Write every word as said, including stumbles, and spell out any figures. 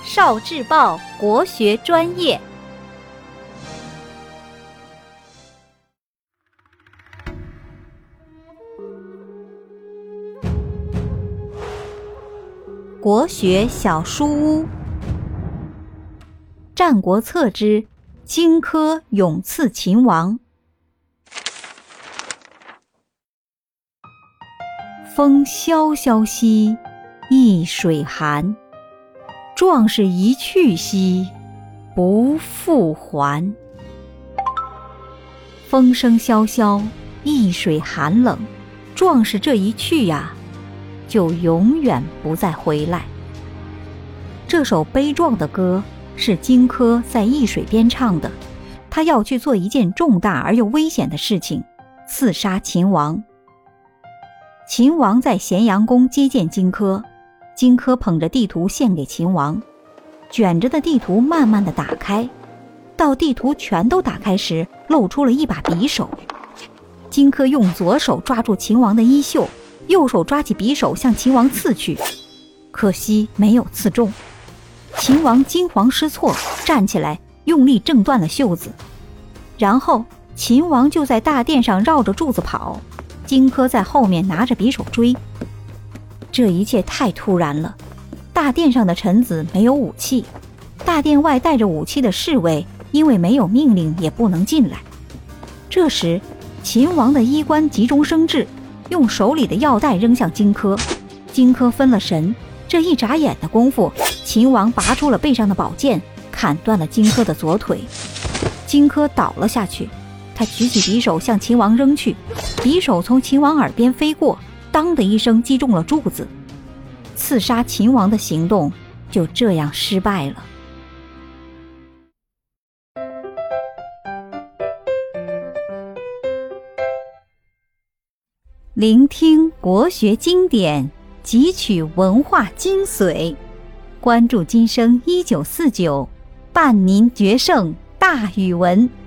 少智报国学专业。国学小书屋，战国策之荆轲勇刺秦王。风萧萧兮易水寒，壮士一去兮不复还。风声萧萧，易水寒冷，壮士这一去呀，就永远不再回来。这首悲壮的歌是荆轲在易水边唱的，他要去做一件重大而又危险的事情，刺杀秦王。秦王在咸阳宫接见荆轲，荆轲捧着地图献给秦王，卷着的地图慢慢地打开，到地图全都打开时，露出了一把匕首。荆轲用左手抓住秦王的衣袖，右手抓起匕首向秦王刺去，可惜没有刺中。秦王惊慌失措，站起来用力挣断了袖子，然后秦王就在大殿上绕着柱子跑，荆轲在后面拿着匕首追。这一切太突然了，大殿上的臣子没有武器，大殿外带着武器的侍卫因为没有命令也不能进来。这时秦王的衣冠急中生智，用手里的药袋扔向荆轲，荆轲分了神，这一眨眼的功夫，秦王拔出了背上的宝剑，砍断了荆轲的左腿。荆轲倒了下去，他举起匕首向秦王扔去，匕首从秦王耳边飞过，当的一声击中了柱子。刺杀秦王的行动就这样失败了。聆听国学经典，汲取文化精髓，关注今生一九四九，伴您决胜大语文。